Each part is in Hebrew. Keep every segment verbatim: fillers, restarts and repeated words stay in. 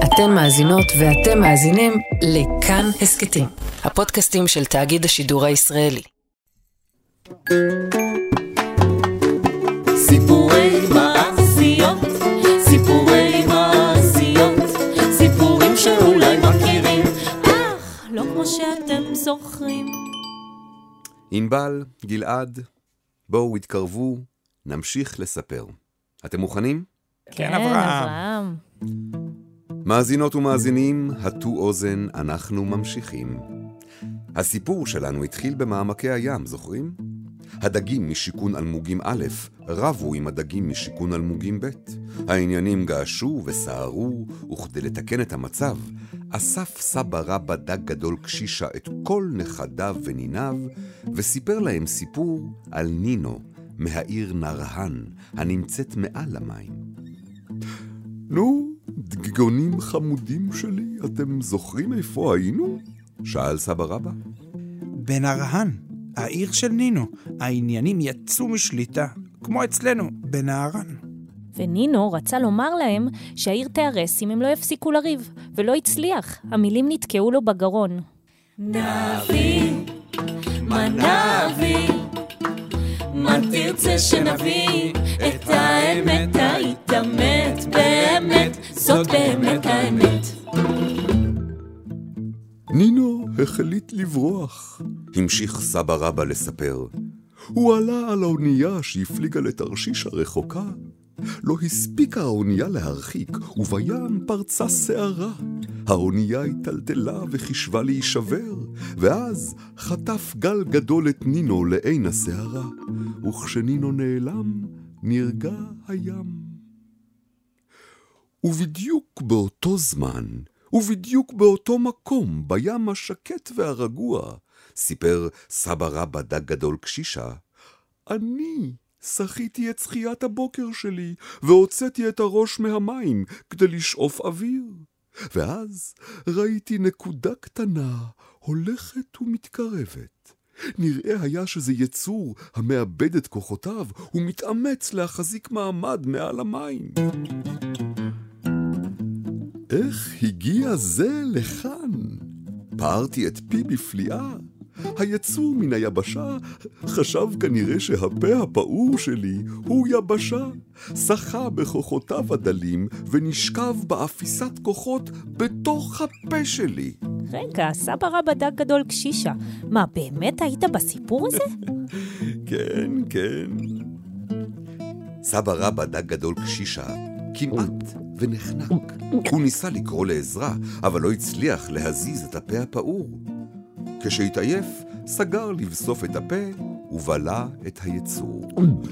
אתן מאזינות ואתם מאזינים לכאן הסקטים, הפודקאסטים של תאגיד השידור הישראלי. סיפורי מעשיות, סיפורי מעשיות, סיפורים שאולי מכירים, אך לא כמו שאתם זוכרים. ענבל, גלעד, בואו התקרבו, נמשיך לספר. אתם מוכנים? כן, אברהם. מאזינות ומאזינים, הטו אוזן, אנחנו ממשיכים. הסיפור שלנו התחיל במעמקי הים, זוכרים? הדגים משיקון אלמוגים א' רבו עם הדגים משיקון אלמוגים ב'. העניינים געשו וסערו, וכדי לתקן את המצב, אסף סבא רבא דג גדול קשישה את כל נכדיו וניניו, וסיפר להם סיפור על נינו, מהעיר נרהן, הנמצאת מעל המים. נו, דגגונים חמודים שלי, אתם זוכרים איפה היינו? שאל סבא רבא. בנרהן, העיר של נינו, העניינים יצאו משליטה, כמו אצלנו, בנהרן. ונינו רצה לומר להם שהעיר תארס אם הם לא יפסיקו לריב, ולא הצליח, המילים נתקעו לו בגרון. נביא, מה נביא? מה תרצה שנביא? את האמת היית מת, באמת, זאת באמת האמת. נינו החליט לברוח, המשיך סבא רבא לספר. הוא עלה על האונייה שהפליגה לתרשיש הרחוקה. לא הספיקה האונייה להרחיק, ובים פרצה שערה. האונייה התלתלה וחישבה להישבר, ואז חטף גל גדול את נינו לעין השערה, וכשנינו נעלם, נרגע הים. ובדיוק באותו זמן, ובדיוק באותו מקום, בים השקט והרגוע, סיפר סבא רבא דג גדול קשישה, אני שחיתי את שחיית הבוקר שלי, והוצאתי את הראש מהמים כדי לשאוף אוויר. ואז ראיתי נקודה קטנה, הולכת ומתקרבת. נראה היה שזה יצור המאבד את כוחותיו, ומתאמץ להחזיק מעמד מעל המים. איך הגיע זה לכאן? פערתי את פי בפליאה. היצור מן היבשה חשב כנראה שהפה הפעור שלי הוא יבשה. שחה בכוחותיו הדלים ונשכב באפיסת כוחות בתוך הפה שלי. רגע, סבא רבא דג גדול קשישה, מה, באמת היית בסיפור הזה? כן, כן. סבא רבא דג גדול קשישה כמעט ונחנק. הוא ניסה לקרוא לעזרה, אבל לא הצליח להזיז את הפה הפעור. כשהתעייף, סגר לבסוף את הפה ובלע את היצור.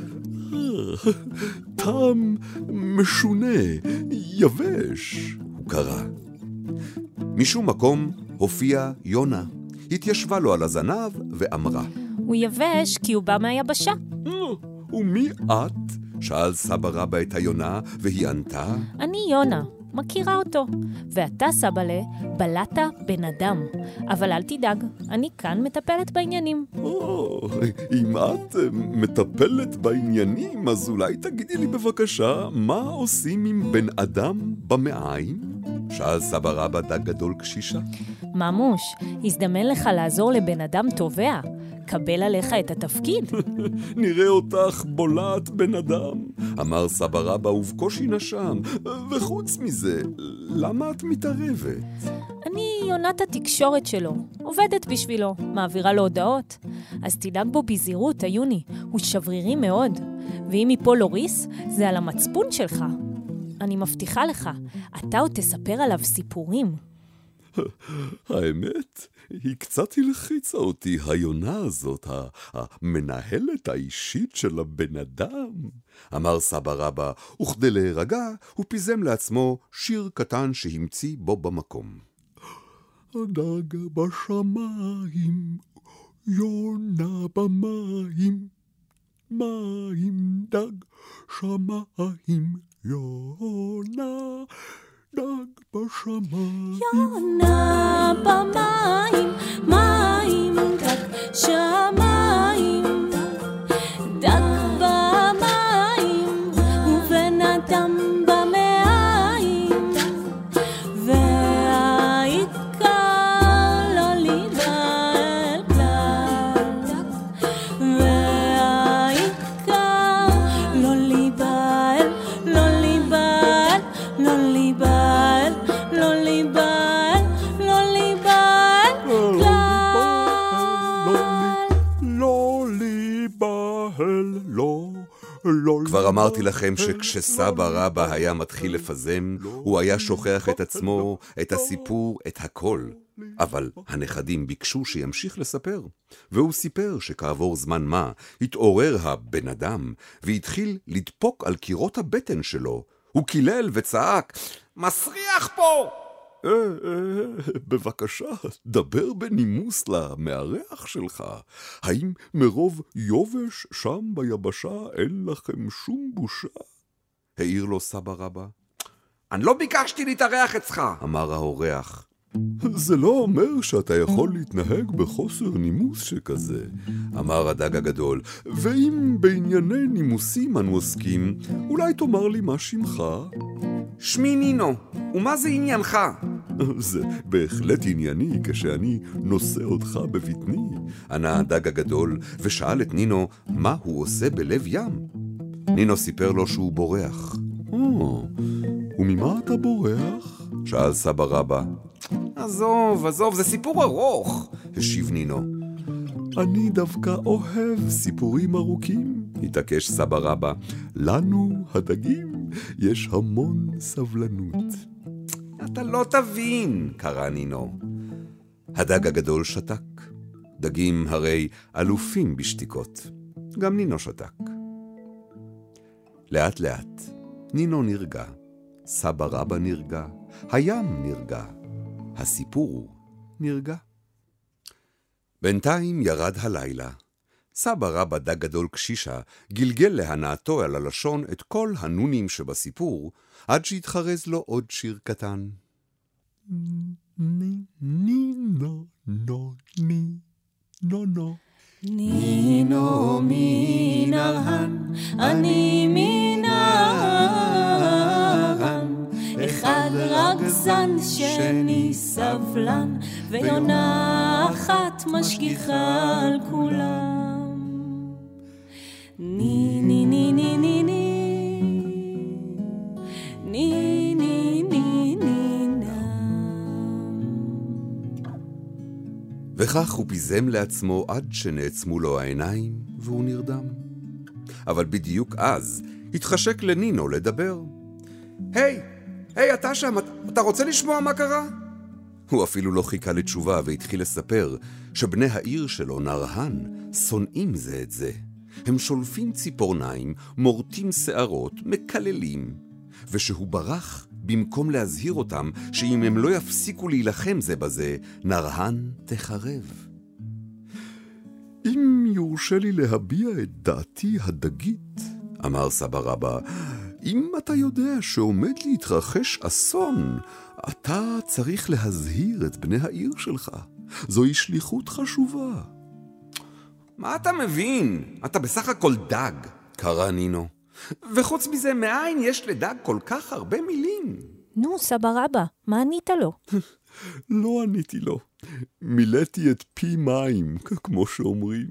טעם משונה, יבש, הוא קרא. משום מקום הופיע יונה. התיישבה לו על הזנב ואמרה, הוא יבש כי הוא בא מהיבשה. ומי את? שאל סבא רבא את היונה, והיא ענתה, אני יונה, מכירה אותו. ואתה סבאלה, בלעת בן אדם. אבל אל תדאג, אני כאן מטפלת בעניינים. או, אם את מטפלת בעניינים, אז אולי תגידי לי בבקשה, מה עושים עם בן אדם במעיים? שאל סבא רבא דג גדול קשישה. ממוש, הזדמן לך לעזור לבן אדם טובע. קבל עליך את התפקיד. נראה אותך בולעת בן אדם, אמר סבא רבא ובקושי נשם. וחוץ מזה, למה את מתערבת? אני יונת התקשורת שלו, עובדת בשבילו, מעבירה לו הודעות. אז תדאג בו בזהירות, היוני, הוא שברירי מאוד. ואם יפול לוריס, זה על המצפון שלך. אני מבטיחה לך, אתה עוד תספר עליו סיפורים. האמת, היא קצת הלחיצה אותי, היונה הזאת, המנהלת האישית של הבן אדם, אמר סבא רבא, וכדי להירגע, הוא פיזם לעצמו שיר קטן שהמציא בו במקום. הדג בשמיים, יונה במים, מים דג שמיים, יונה דג בשמיים. יונה במים, מים דג שמיים, דג במים ובן אדם במעיים, ו אמרתי לכם שכשסבא רבא היה מתחיל לפזם, הוא היה שוכח את עצמו, את הסיפור, את הכל. אבל הנכדים ביקשו שימשיך לספר, והוא סיפר שכעבור זמן מה התעורר הבן אדם, והתחיל לדפוק על קירות הבטן שלו. הוא קילל וצעק, מסריח פה! אה, אה, בבקשה, דבר בנימוס למארח שלך. האם מרוב יובש שם ביבשה אין לכם שום בושה? העיר לו סבא רבא. אני לא ביקשתי להתארח אצלך, אמר האורח. זה לא אומר שאתה יכול להתנהג בחוסר נימוס שכזה, אמר הדג הגדול. ואם בענייני נימוסים אנו עוסקים, אולי תאמר לי מה שמך? שמי נינו, ומה זה עניינך? זה בהחלט ענייני כשאני נושא אותך בבטני, ענה הדג הגדול, ושאל את נינו מה הוא עושה בלב ים. נינו סיפר לו שהוא בורח. או, וממה אתה בורח? שאל סבא רבא. עזוב, עזוב, זה סיפור ארוך, השיב נינו. אני דווקא אוהב סיפורים ארוכים, התעקש סבא רבא. לנו, הדגים, יש המון סבלנות. אתה לא תבין, קרא נינו. הדג הגדול שתק. דגים הרי אלופים בשתיקות. גם נינו שתק. לאט לאט, נינו נרגע, סבא רבא נרגע, הים נרגע, הסיפור נרגע. בינתיים ירד הלילה. סבא רבא דג גדול קשישה גלגל להנאתו על הלשון את כל הנונים שבסיפור, עד שהתחרז לו עוד שיר קטן. נינו, נו, ני, נו, נו. נינו מנהרן, אני מנהרן, אחד רגזן, שני סבלן, ויונה אחת משגיחה על כולם. ני ני ני ני ני ני ני ני ני ני נם. וכך הוא פיזם לעצמו עד שנעצמו לו העיניים והוא נרדם. אבל בדיוק אז התחשק לנינו לדבר. היי, היי, אתה שם, אתה רוצה לשמוע מה קרה? הוא אפילו לא חיכה לתשובה והתחיל לספר שבני העיר שלו, נרהן, שונאים זה את זה. הם שולפים ציפורניים, מורטים שערות, מקללים, ושהוא ברח במקום להזהיר אותם שאם הם לא יפסיקו להילחם זה בזה, נרהן תחרב. אם יורשה לי להביע את דעתי הדגית, אמר סבא רבא, אם אתה יודע שעומד להתרחש אסון, אתה צריך להזהיר את בני העיר שלך. זוהי שליחות חשובה. מה אתה מבין? אתה בסך הכל דג, קרא נינו. וחוץ מזה, מאין יש לדג כל כך הרבה מילים? נו, סבא רבא, מה ענית לו? לא עניתי לו. מילאתי את פי מים, כמו שאומרים.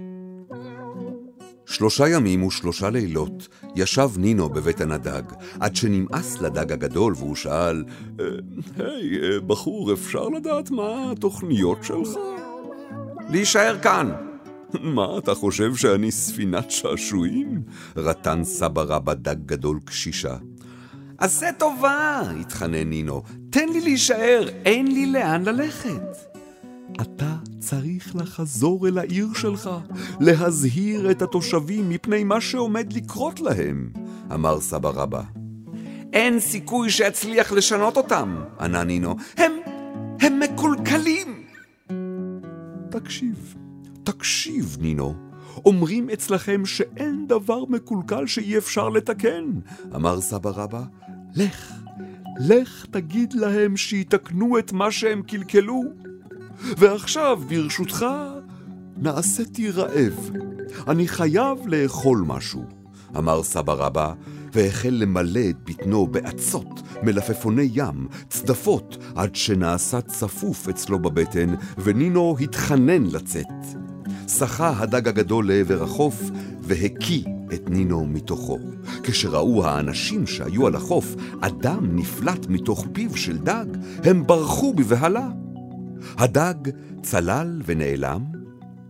שלושה ימים ושלושה לילות ישב נינו בבית הנדג, עד שנמאס לדג הגדול והוא שאל, היי, בחור, אפשר לדעת מה התוכניות שלך? להישאר כאן. מה, אתה חושב שאני ספינת שעשועים? רטן סבא רבא דג גדול קשישה. אז זה טובה, התחנן נינו. תן לי להישאר, אין לי לאן ללכת. אתה צריך לחזור אל העיר שלך, להזהיר את התושבים מפני מה שעומד לקרות להם, אמר סבא רבא. אין סיכוי שאצליח לשנות אותם, ענה נינו. הם, הם מקולקלים. תקשיב, תקשיב נינו. אומרים אצלכם שאין דבר מקולקל שאי אפשר לתקן, אמר סבא רבא. לך, לך תגיד להם שיתקנו את מה שהם קלקלו. ועכשיו, ברשותך, נעשיתי רעב. אני חייב לאכול משהו, אמר סבא רבא, והחל למלא את בטנו בעצות, מלפפוני ים, צדפות, עד שנעשה צפוף אצלו בבטן, ונינו התחנן לצאת. שחה הדג הגדול לעבר החוף, והקיא את נינו מתוכו. כשראו האנשים שהיו על החוף, אדם נפלט מתוך פיו של דג, הם ברחו בבהלה. הדג צלל ונעלם,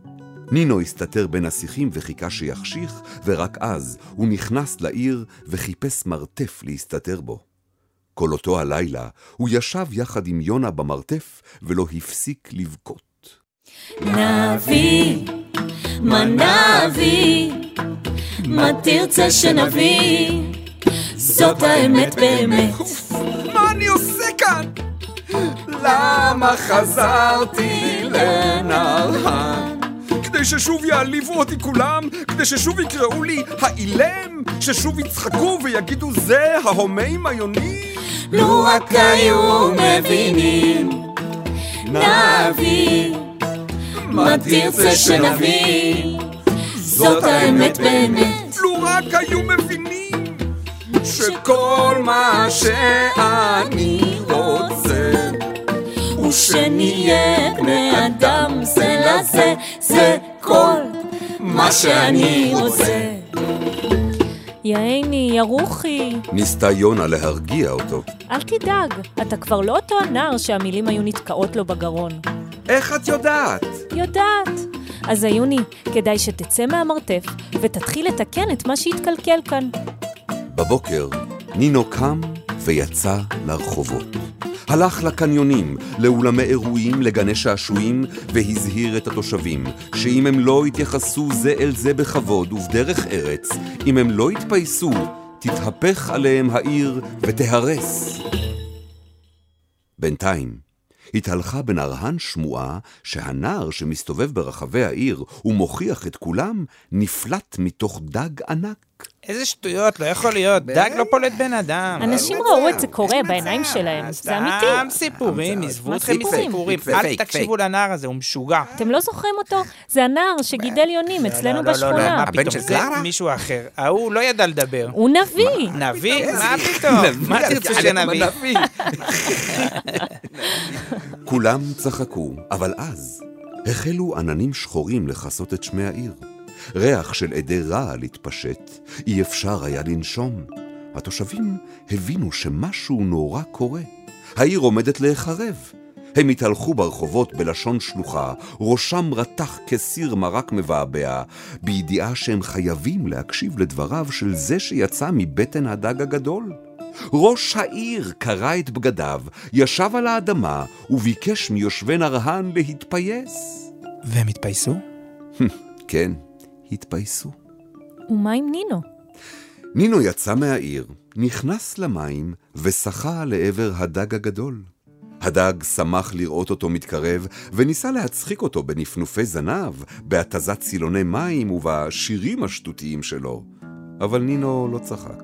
נינו הסתתר בין השיחים וחיכה שיחשיך, ורק אז הוא נכנס לעיר וחיפש מרתף להסתתר בו. כל אותו הלילה הוא ישב יחד עם יונה במרתף ולא הפסיק לבכות. נביא, מה נביא, מה תרצה שנביא, זאת האמת באמת. מה אני עושה כאן? למה חזרתי לנרהן? כדי ששוב יעליבו אותי כולם, כדי ששוב יקראו לי האילם, ששוב יצחקו ויגידו זה ההומאים היונים. לו רק היו מבינים, נביא, מה תרצה שנביא, זאת האמת באמת. לו רק היו מבינים שכל מה שאני רוצה הוא שנהיה בני אדם זה לזה, זה כל מה שאני רוצה. יעני, ירוחי. ניסתה יונה להרגיע אותו. אל תדאג, אתה כבר לא אותו הנער שהמילים היו נתקעות לו בגרון. איך את יודעת? יודעת. אז היוני, כדאי שתצא מהמרתף ותתחיל לתקן את מה שהתקלקל כאן. בבוקר נינו קם ויצא לרחובות. הלך לקניונים, לאולמי אירועים, לגני שעשועים, והזהיר את התושבים שאם הם לא יתייחסו זה אל זה בכבוד ובדרך ארץ, אם הם לא יתפייסו, תתהפך עליהם העיר ותהרס. בינתיים, התהלכה בנרהן שמועה שהנער שמסתובב ברחבי העיר ומוכיח את כולם, נפלט מתוך דג ענק. איזה שטויות, לא יכול להיות, דג לא פולט בן אדם. אנשים ראו את זה קורה בעיניים שלהם, זה אמיתי. סתם סיפורים, עזבו אתכם מסיפורים, אל תקשיבו לנער הזה, הוא משוגע. אתם לא זוכרים אותו? זה הנער שגידל יונים אצלנו בשכונה. מה פתאום, זה מישהו אחר, ההוא לא ידע לדבר. הוא נביא. נביא? מה פתאום? מה תרצו שנביא? כולם צחקו, אבל אז החלו עננים שחורים לחסות את שמי העיר. ריח של עדי רעל התפשט, אי אפשר היה לנשום. התושבים הבינו שמשהו נורא קורה. העיר עומדת להיחרב. הם התהלכו ברחובות בלשון שלוחה, ראשם רתח כסיר מרק מבעבע, בידיעה שהם חייבים להקשיב לדבריו של זה שיצא מבטן הדג הגדול. ראש העיר קרא את בגדיו, ישב על האדמה וביקש מיושבי נרהן להתפייס. והם התפייסו? כן, התפייסו. ומה עם נינו? נינו יצא מהעיר, נכנס למים ושחה לעבר הדג הגדול. הדג שמח לראות אותו מתקרב וניסה להצחיק אותו בנפנופי זנב, בהתזת צילוני מים ובשירים השטותיים שלו. אבל נינו לא צחק.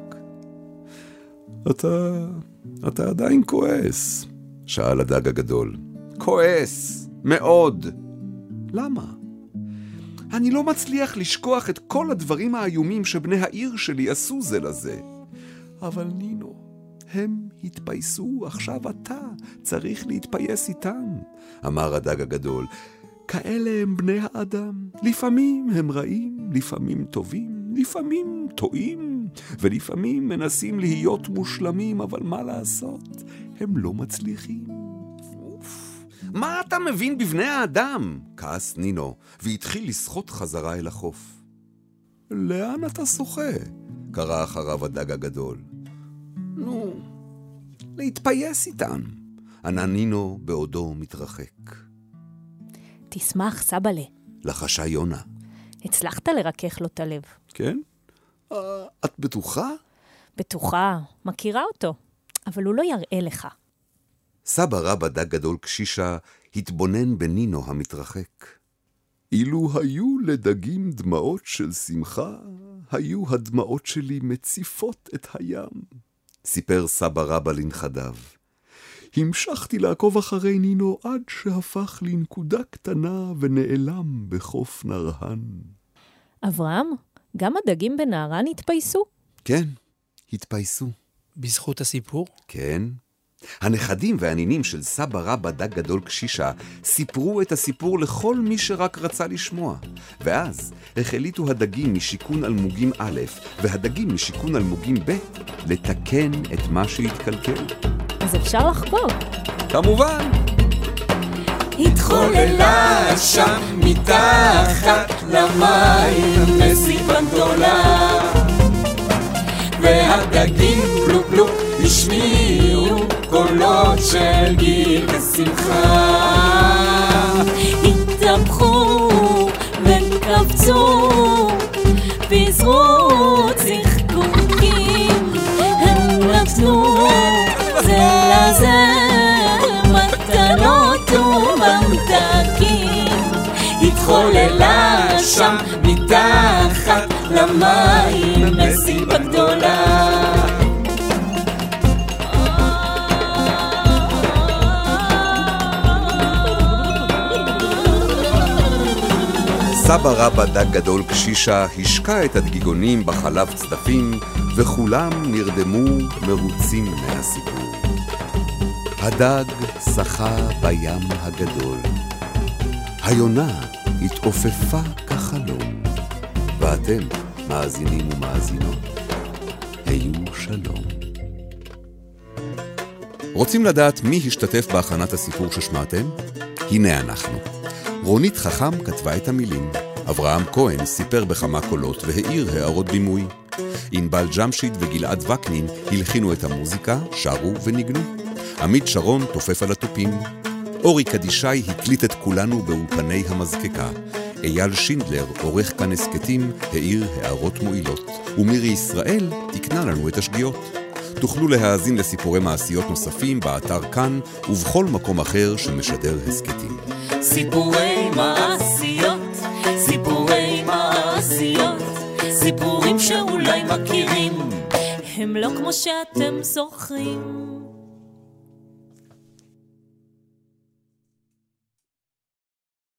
אתה, אתה עדיין כועס? שאל הדג הגדול. כועס, מאוד. למה? אני לא מצליח לשכוח את כל הדברים האיומים שבני העיר שלי עשו זה לזה. אבל נינו, הם התפייסו, עכשיו אתה צריך להתפייס איתם, אמר הדג הגדול. כאלה הם בני האדם, לפעמים הם רעים, לפעמים טובים, לפעמים טועים, ולפעמים מנסים להיות מושלמים, אבל מה לעשות? הם לא מצליחים. אוף, מה אתה מבין בבני האדם? כעס נינו, והתחיל לשחות חזרה אל החוף. לאן אתה שוחה? קרא אחריו הדג הגדול. נו, להתפייס איתם, ענה נינו בעודו מתרחק. תשמח, סבאלה. לחשה יונה. הצלחת לרכך לו את הלב. כן? Uh, את בטוחה? בטוחה, מכירה אותו, אבל הוא לא יראה לך. סבא רבא דג גדול קשישה התבונן בנינו המתרחק. אילו היו לדגים דמעות של שמחה, היו הדמעות שלי מציפות את הים. סיפר סבא רבא לנכדיו. המשכתי לעקוב אחרי נינו עד שהפך לנקודה קטנה ונעלם בחוף נרהן. אברהם, גם הדגים בנהרן התפייסו? כן, התפייסו. בזכות הסיפור? כן. הנכדים והנינים של סבא רבא דג גדול קשישה סיפרו את הסיפור לכל מי שרק רצה לשמוע. ואז החליטו הדגים משיקון אלמוגים א' והדגים משיקון אלמוגים ב' לתקן את מה שהתקלקל. אז אפשר לחגוג. כמובן. התחוללה שם מתחת למים מסיבה גדולה, והדגים בלו בלו השמיעו קולות של גיל ושמחה. התהפכו וקפצו, פיזרו צחקוקים, הם נתנו זה לזה מתנות וממתקים. התחוללה שם מתחת למים מסיבה גדולה. סבא רבא דג גדול קשישה השקע את הדגיגונים בחלב צדפים, וכולם נרדמו מרוצים מהסיפור. הדג שחה בים הגדול, היונה התעופפה כחלום, ואתם, מאזינים ומאזינות, היו שלום. רוצים לדעת מי השתתף בהכנת הסיפור ששמעתם? הנה אנחנו. רונית חכם כתבה את המילים, אברהם כהן סיפר בכמה קולות והעיר הערות בימוי, ענבל ג'משיד וגלעד וקנין הלחינו את המוזיקה, שרו וניגנו, עמית שרון תופף על התופים, אורי קדישי הקליט את כולנו באולפני המזקקה, אייל שינדלר עורך כאן הסקטים, העיר הערות מועילות, ומירי ישראל תקנה לנו את השגיאות. תוכלו להאזין לסיפורי מעשיות נוספים באתר כאן ובכל מקום אחר שמשדר הסקטים. סיפורי מעשיות, סיפורי מעשיות, סיפורים שאולי מכירים, הם לא כמו שאתם זוכרים.